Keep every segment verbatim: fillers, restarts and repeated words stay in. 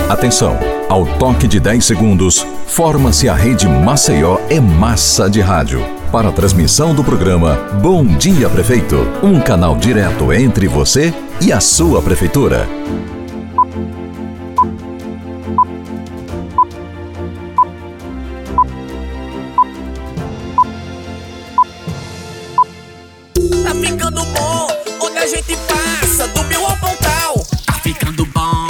Atenção! Ao toque de dez segundos, forma-se a Rede Maceió é Massa de Rádio. Para a transmissão do programa Bom Dia Prefeito, um canal direto entre você e a sua prefeitura. Tá ficando bom, onde a gente passa, do Bill ao Pontal. Tá ficando bom.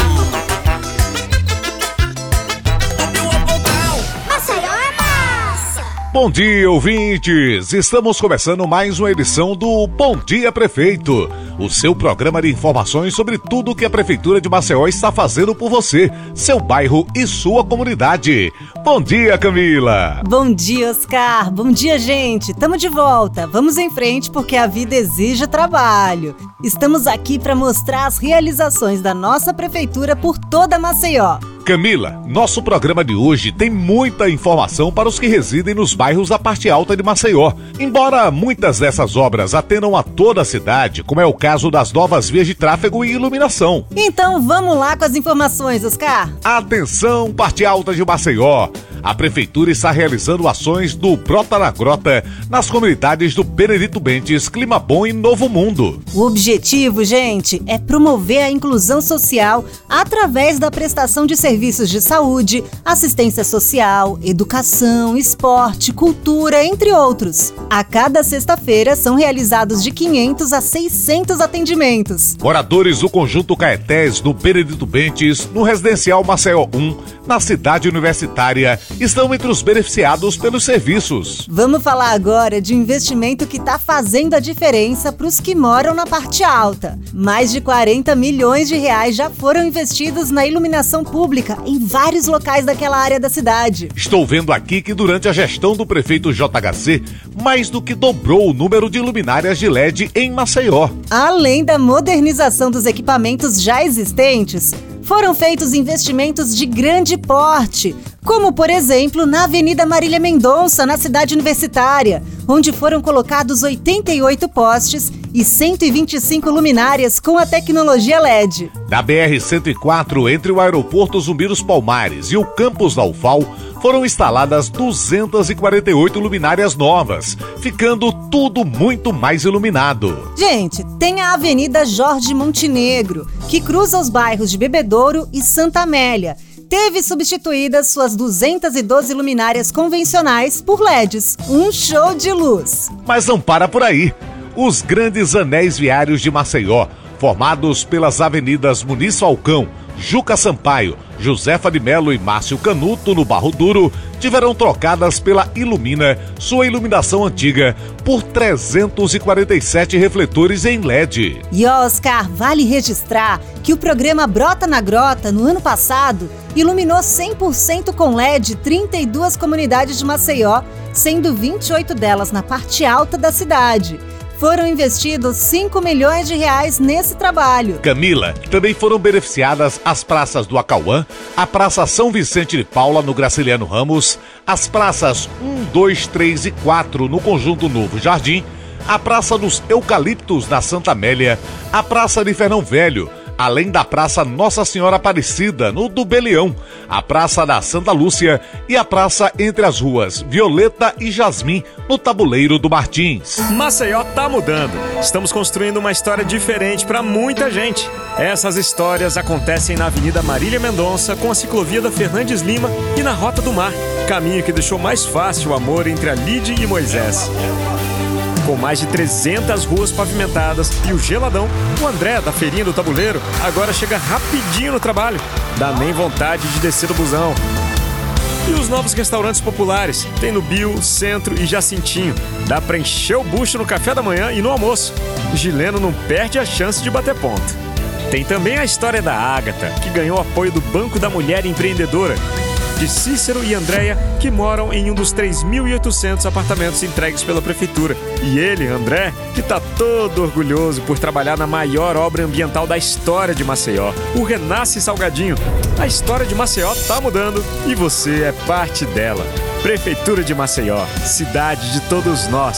Do Bill ao Pontal. Maceió é massa! Bom dia, ouvintes! Estamos começando mais uma edição do Bom Dia Prefeito, o seu programa de informações sobre tudo o que a Prefeitura de Maceió está fazendo por você, seu bairro e sua comunidade. Bom dia, Camila! Bom dia, Oscar! Bom dia, gente! Tamo de volta! Vamos em frente porque a vida exige trabalho. Estamos aqui para mostrar as realizações da nossa Prefeitura por toda Maceió. Camila, nosso programa de hoje tem muita informação para os que residem nos bairros da parte alta de Maceió. Embora muitas dessas obras atendam a toda a cidade, como é o caso das novas vias de tráfego e iluminação. Então vamos lá com as informações, Oscar. Atenção, parte alta de Maceió! A Prefeitura está realizando ações do Brota na Grota nas comunidades do Benedito Bentes, Clima Bom e Novo Mundo. O objetivo, gente, é promover a inclusão social através da prestação de serviços de saúde, assistência social, educação, esporte, cultura, entre outros. A cada sexta-feira são realizados de quinhentos a seiscentos atendimentos. Moradores do Conjunto Caetés, no Benedito Bentes, no Residencial Maceió um, na cidade universitária, estão entre os beneficiados pelos serviços. Vamos falar agora de um investimento que está fazendo a diferença para os que moram na parte alta. Mais de quarenta milhões de reais já foram investidos na iluminação pública em vários locais daquela área da cidade. Estou vendo aqui que durante a gestão do prefeito J H C, mais do que dobrou o número de luminárias de L E D em Maceió. Além da modernização dos equipamentos já existentes, foram feitos investimentos de grande porte, como, por exemplo, na Avenida Marília Mendonça, na cidade universitária, onde foram colocados oitenta e oito postes e cento e vinte e cinco luminárias com a tecnologia L E D. Na B R cento e quatro, entre o aeroporto Zumbi dos Palmares e o campus da U F A L, foram instaladas duzentas e quarenta e oito luminárias novas, ficando tudo muito mais iluminado. Gente, tem a Avenida Jorge Montenegro, que cruza os bairros de Bebedouro e Santa Amélia. Teve substituídas suas duzentas e doze luminárias convencionais por L E Ds. Um show de luz! Mas não para por aí. Os grandes anéis viários de Maceió, formados pelas avenidas Muniz Falcão, Juca Sampaio, Josefa de Melo e Márcio Canuto, no Barro Duro, tiveram trocadas pela Ilumina, sua iluminação antiga, por trezentos e quarenta e sete refletores em L E D. E Oscar, vale registrar que o programa Brota na Grota, no ano passado, iluminou cem por cento com L E D trinta e duas comunidades de Maceió, sendo vinte e oito delas na parte alta da cidade. Foram investidos cinco milhões de reais nesse trabalho. Camila, também foram beneficiadas as praças do Acauã, a Praça São Vicente de Paula, no Graciliano Ramos, as praças um, dois, três e quatro, no Conjunto Novo Jardim, a Praça dos Eucaliptos, na Santa Amélia, a Praça de Fernão Velho, além da Praça Nossa Senhora Aparecida, no do Beleão, a Praça da Santa Lúcia e a praça entre as ruas Violeta e Jasmim, no Tabuleiro do Martins. Maceió tá mudando. Estamos construindo uma história diferente para muita gente. Essas histórias acontecem na Avenida Marília Mendonça, com a ciclovia da Fernandes Lima e na Rota do Mar, caminho que deixou mais fácil o amor entre a Lide e Moisés. Com mais de trezentas ruas pavimentadas e o geladão, o André, da feirinha do Tabuleiro, agora chega rapidinho no trabalho. Dá nem vontade de descer do busão. E os novos restaurantes populares, tem no Bio, Centro e Jacintinho. Dá pra encher o bucho no café da manhã e no almoço. Gileno não perde a chance de bater ponto. Tem também a história da Ágata, que ganhou apoio do Banco da Mulher Empreendedora, de Cícero e Andréia, que moram em um dos três mil e oitocentos apartamentos entregues pela Prefeitura. E ele, André, que tá todo orgulhoso por trabalhar na maior obra ambiental da história de Maceió, o Renasce Salgadinho. A história de Maceió tá mudando e você é parte dela. Prefeitura de Maceió, cidade de todos nós.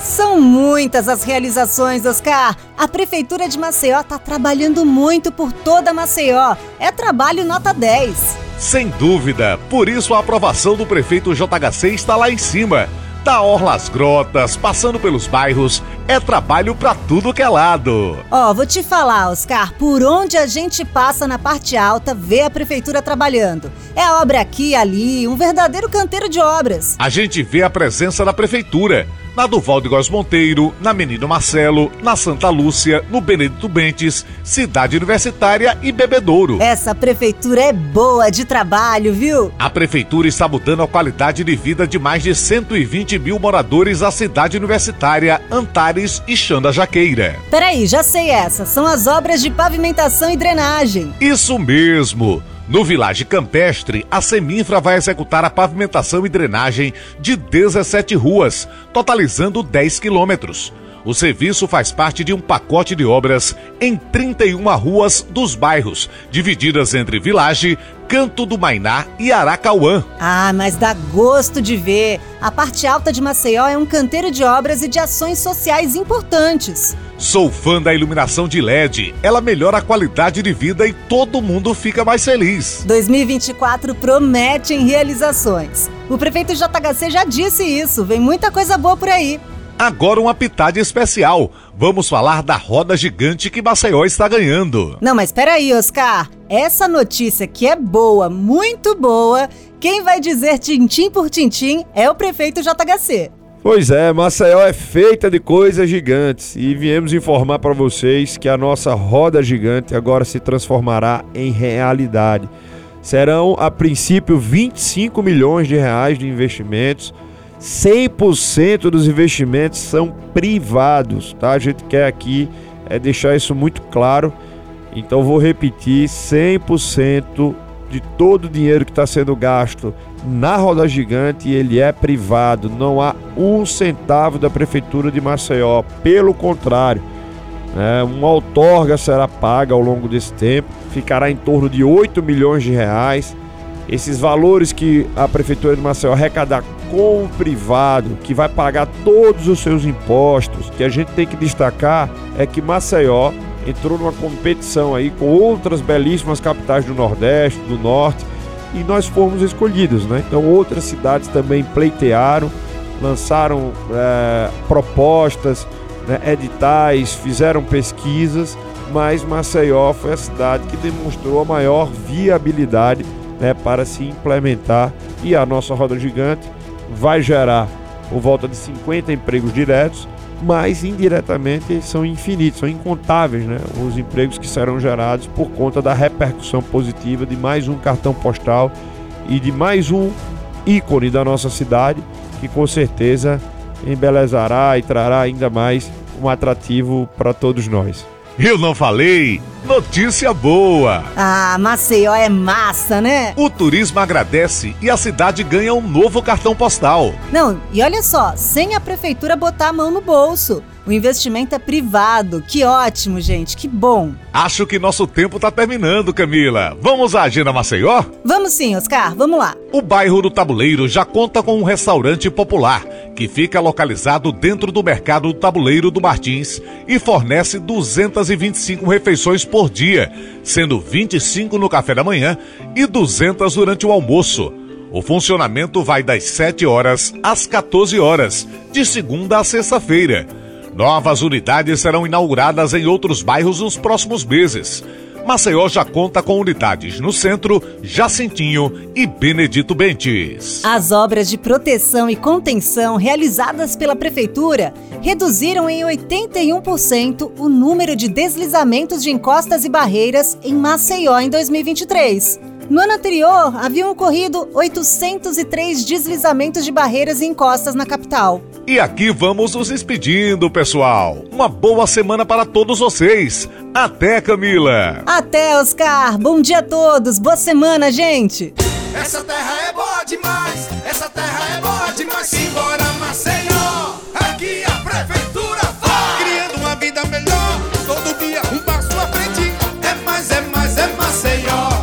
São muitas as realizações, Oscar. A Prefeitura de Maceió tá trabalhando muito por toda Maceió. É trabalho nota dez. Sem dúvida, por isso a aprovação do prefeito J H C está lá em cima. Da orla às grotas, passando pelos bairros, é trabalho pra tudo que é lado. Ó, oh, vou te falar, Oscar, por onde a gente passa na parte alta, vê a prefeitura trabalhando. É obra aqui e ali, um verdadeiro canteiro de obras. A gente vê a presença da prefeitura. Na Duval de Góes Monteiro, na Menino Marcelo, na Santa Lúcia, no Benedito Bentes, Cidade Universitária e Bebedouro. Essa prefeitura é boa de trabalho, viu? A prefeitura está mudando a qualidade de vida de mais de cento e vinte mil moradores da Cidade Universitária, Antares e Xanda Jaqueira. Peraí, já sei essa. São as obras de pavimentação e drenagem. Isso mesmo! No Village Campestre, a Seminfra vai executar a pavimentação e drenagem de dezessete ruas, totalizando dez quilômetros. O serviço faz parte de um pacote de obras em trinta e uma ruas dos bairros, divididas entre Village, Canto do Mainá e Aracauã. Ah, mas dá gosto de ver. A parte alta de Maceió é um canteiro de obras e de ações sociais importantes. Sou fã da iluminação de L E D. Ela melhora a qualidade de vida e todo mundo fica mais feliz. dois mil e vinte e quatro promete em realizações. O prefeito J H C já disse isso. Vem muita coisa boa por aí. Agora uma pitada especial. Vamos falar da roda gigante que Maceió está ganhando. Não, mas peraí, Oscar. Essa notícia que é boa, muito boa, quem vai dizer tintim por tintim é o prefeito J H C. Pois é, Maceió é feita de coisas gigantes e viemos informar para vocês que a nossa roda gigante agora se transformará em realidade. Serão, a princípio, vinte e cinco milhões de reais de investimentos. cem por cento dos investimentos são privados, tá? A gente quer aqui é deixar isso muito claro. Então vou repetir, cem por cento de todo o dinheiro que está sendo gasto na roda gigante, ele é privado. Não há um centavo da Prefeitura de Maceió. Pelo contrário, né, uma outorga será paga ao longo desse tempo, ficará em torno de oito milhões de reais. Esses valores que a Prefeitura de Maceió arrecadar com o privado, que vai pagar todos os seus impostos, que a gente tem que destacar é que Maceió entrou numa competição aí com outras belíssimas capitais do Nordeste, do Norte, e nós fomos escolhidos, né? Então outras cidades também pleitearam, lançaram é, propostas, né, editais, fizeram pesquisas, mas Maceió foi a cidade que demonstrou a maior viabilidade, né, para se implementar, e a nossa roda gigante vai gerar por volta de cinquenta empregos diretos, mas indiretamente são infinitos, são incontáveis, né, os empregos que serão gerados por conta da repercussão positiva de mais um cartão postal e de mais um ícone da nossa cidade, que com certeza embelezará e trará ainda mais um atrativo para todos nós. Eu não falei? Notícia boa! Ah, Maceió é massa, né? O turismo agradece e a cidade ganha um novo cartão postal. Não, e olha só, sem a prefeitura botar a mão no bolso. O investimento é privado. Que ótimo, gente, que bom. Acho que nosso tempo tá terminando, Camila. Vamos à Agenda Maceió? Vamos sim, Oscar, vamos lá. O bairro do Tabuleiro já conta com um restaurante popular, que fica localizado dentro do mercado do Tabuleiro do Martins e fornece duzentas e vinte e cinco refeições por dia, sendo vinte e cinco no café da manhã e duzentas durante o almoço. O funcionamento vai das sete horas às quatorze horas, de segunda a sexta-feira. Novas unidades serão inauguradas em outros bairros nos próximos meses. Maceió já conta com unidades no Centro, Jacintinho e Benedito Bentes. As obras de proteção e contenção realizadas pela Prefeitura reduziram em oitenta e um por cento o número de deslizamentos de encostas e barreiras em Maceió em dois mil e vinte e três. No ano anterior, haviam ocorrido oitocentos e três deslizamentos de barreiras e encostas na capital. E aqui vamos nos despedindo, pessoal. Uma boa semana para todos vocês. Até, Camila. Até, Oscar. Bom dia a todos. Boa semana, gente. Essa terra é boa demais. Essa terra é boa demais. Simbora, Maceió. Aqui a prefeitura vai. Criando uma vida melhor. Todo dia um passo à frente. É mais, é mais, é Maceió.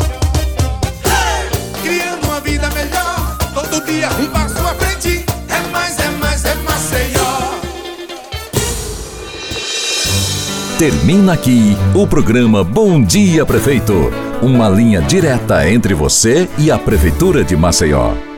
Criando uma vida melhor, todo dia um passo à frente. É mais, é mais, é Maceió. Termina aqui o programa Bom Dia Prefeito. Uma linha direta entre você e a Prefeitura de Maceió.